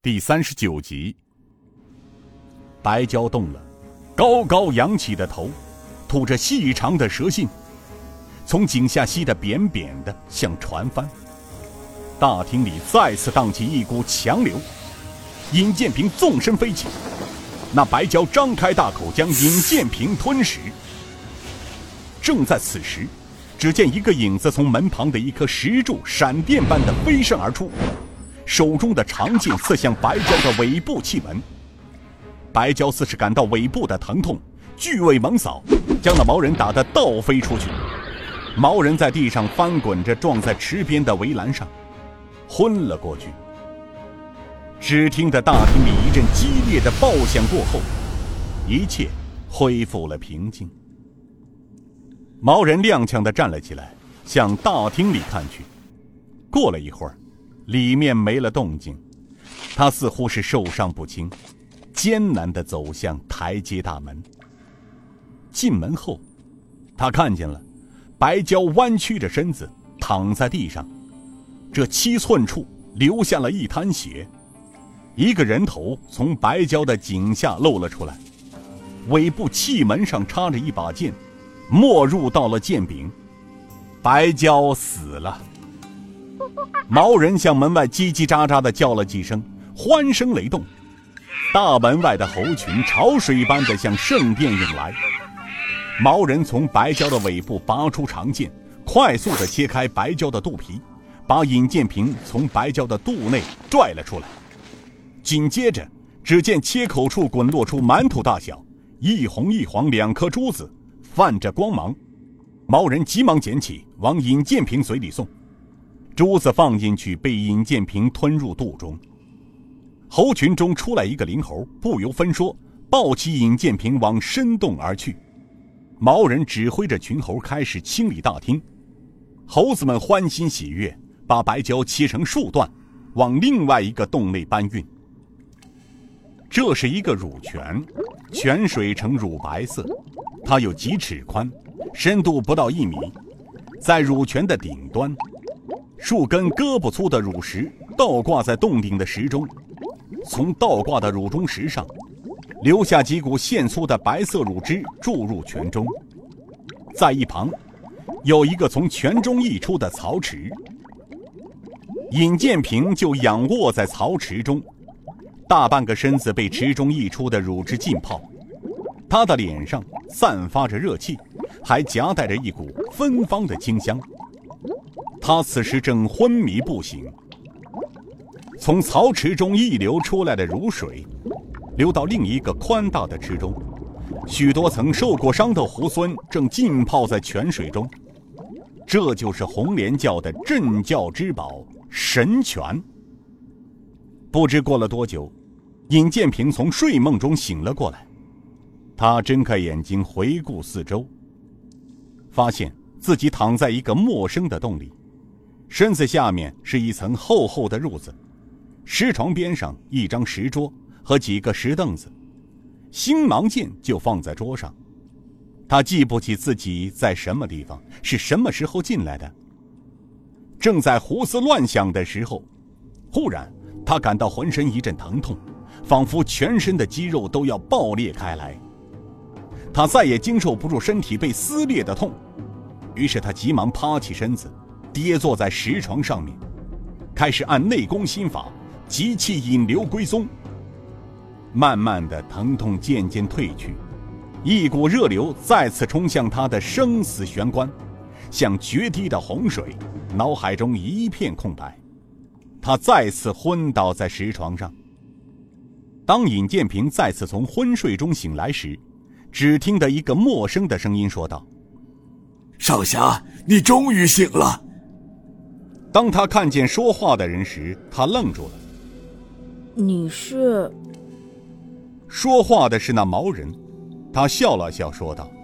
第39集。白蛟动了，高高扬起的头，吐着细长的舌信，从井下吸得扁扁的，像船帆。大厅里再次荡起一股强流，尹建平纵身飞起，那白蛟张开大口将尹建平吞食。正在此时，只见一个影子从门旁的一棵石柱闪电般的飞身而出，手中的长剑刺向白蛟的尾部气门。白蛟似是感到尾部的疼痛，巨尾猛扫，将那毛人打得倒飞出去。毛人在地上翻滚着，撞在池边的围栏上，昏了过去。只听得大厅里一阵激烈的爆响过后，一切恢复了平静。毛人踉跄地站了起来，向大厅里看去。过了一会儿，里面没了动静，他似乎是受伤不轻，艰难地走向台阶大门。进门后，他看见了白蛟弯曲着身子躺在地上，这7寸处留下了一滩血，一个人头从白蛟的颈下露了出来，尾部气门上插着一把剑，没入到了剑柄。白蛟死了。毛人向门外叽叽喳喳地叫了几声，欢声雷动，大门外的猴群潮水般地向圣殿涌来。毛人从白蛟的尾部拔出长剑，快速地切开白蛟的肚皮，把尹建平从白蛟的肚内拽了出来。紧接着，只见切口处滚落出馒头大小、一红一黄2颗珠子，泛着光芒。毛人急忙捡起，往尹建平嘴里送。珠子放进去，被尹建平吞入肚中。猴群中出来一个灵猴，不由分说，抱起尹建平往深洞而去。毛人指挥着群猴开始清理大厅。猴子们欢欣喜悦，把白蛟切成数段，往另外一个洞内搬运。这是一个乳泉，泉水呈乳白色，它有几尺宽，深度不到1米。在乳泉的顶端，数根胳膊粗的乳石倒挂在洞顶的石中，从倒挂的乳中石上留下几股线粗的白色乳汁注入泉中。在一旁有一个从泉中溢出的槽池，尹建平就仰卧在槽池中，大半个身子被池中溢出的乳汁浸泡，他的脸上散发着热气，还夹带着一股芬芳的清香。他此时正昏迷不醒。从槽池中溢流出来的乳水流到另一个宽大的池中，许多曾受过伤的猢狲正浸泡在泉水中。这就是红莲教的镇教之宝神泉。不知过了多久，尹建平从睡梦中醒了过来。他睁开眼睛回顾四周，发现自己躺在一个陌生的洞里，身子下面是一层厚厚的褥子，石床边上一张石桌和几个石凳子，星芒剑就放在桌上。他记不起自己在什么地方，是什么时候进来的。正在胡思乱想的时候，忽然他感到浑身一阵疼痛，仿佛全身的肌肉都要爆裂开来。他再也经受不住身体被撕裂的痛，于是他急忙趴起身子，跌坐在石床上面，开始按内功心法急气引流归宗。慢慢的，疼痛渐渐退去，一股热流再次冲向他的生死玄关，像决堤的洪水，脑海中一片空白。他再次昏倒在石床上。当尹建平再次从昏睡中醒来时，只听得一个陌生的声音说道： 少侠，你终于醒了。 当他看见说话的人时，他愣住了。 你是？ 说话的是那毛人。他笑了笑说道：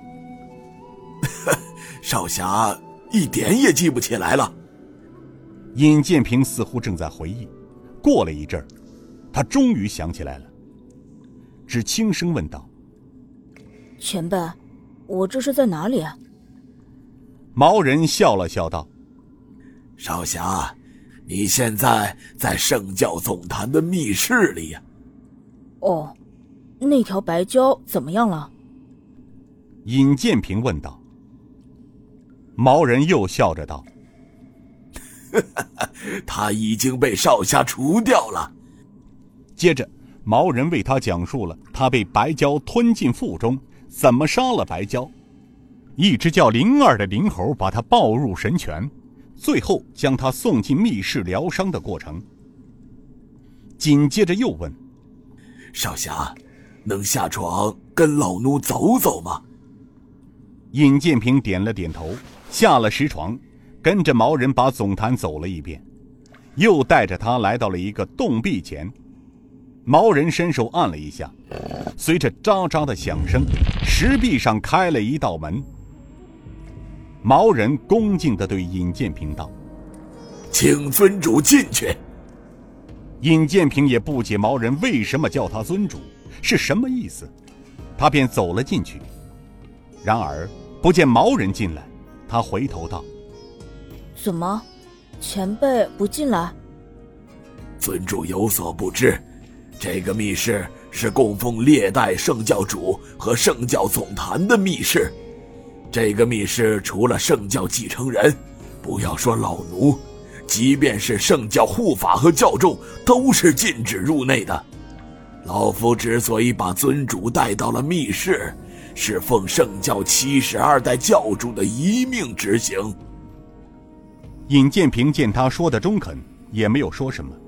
少侠一点也记不起来了。 尹建平似乎正在回忆，过了一阵儿，他终于想起来了，只轻声问道： 前辈，我这是在哪里啊？ 毛人笑了笑道： 少侠， 你现在在圣教总坛的密室里呀。 哦，那条白蛟怎么样了？ 尹建平问道。毛人又笑着道： 他已经被少侠除掉了。 接着毛人为他讲述了他被白蛟吞进腹中，怎么杀了白蛟，一只叫灵儿的灵猴把他抱入神泉，最后将他送进密室疗伤的过程。紧接着又问： 少侠，能下床跟老奴走走吗？ 尹建平点了点头，下了石床，跟着毛人把总坛走了一遍，又带着他来到了一个洞壁前。毛人伸手按了一下，随着喳喳的响声，石壁上开了一道门。毛人恭敬地对尹建平道： 请尊主进去。 尹建平也不解毛人为什么叫他尊主，是什么意思，他便走了进去。然而不见毛人进来，他回头道： 怎么，前辈不进来？ 尊主有所不知，这个密室是供奉历代圣教主和圣教总坛的密室。这个密室除了圣教继承人，不要说老奴，即便是圣教护法和教众都是禁止入内的。老夫之所以把尊主带到了密室，是奉圣教72代教主的遗命执行。 尹建平见他说的中肯，也没有说什么，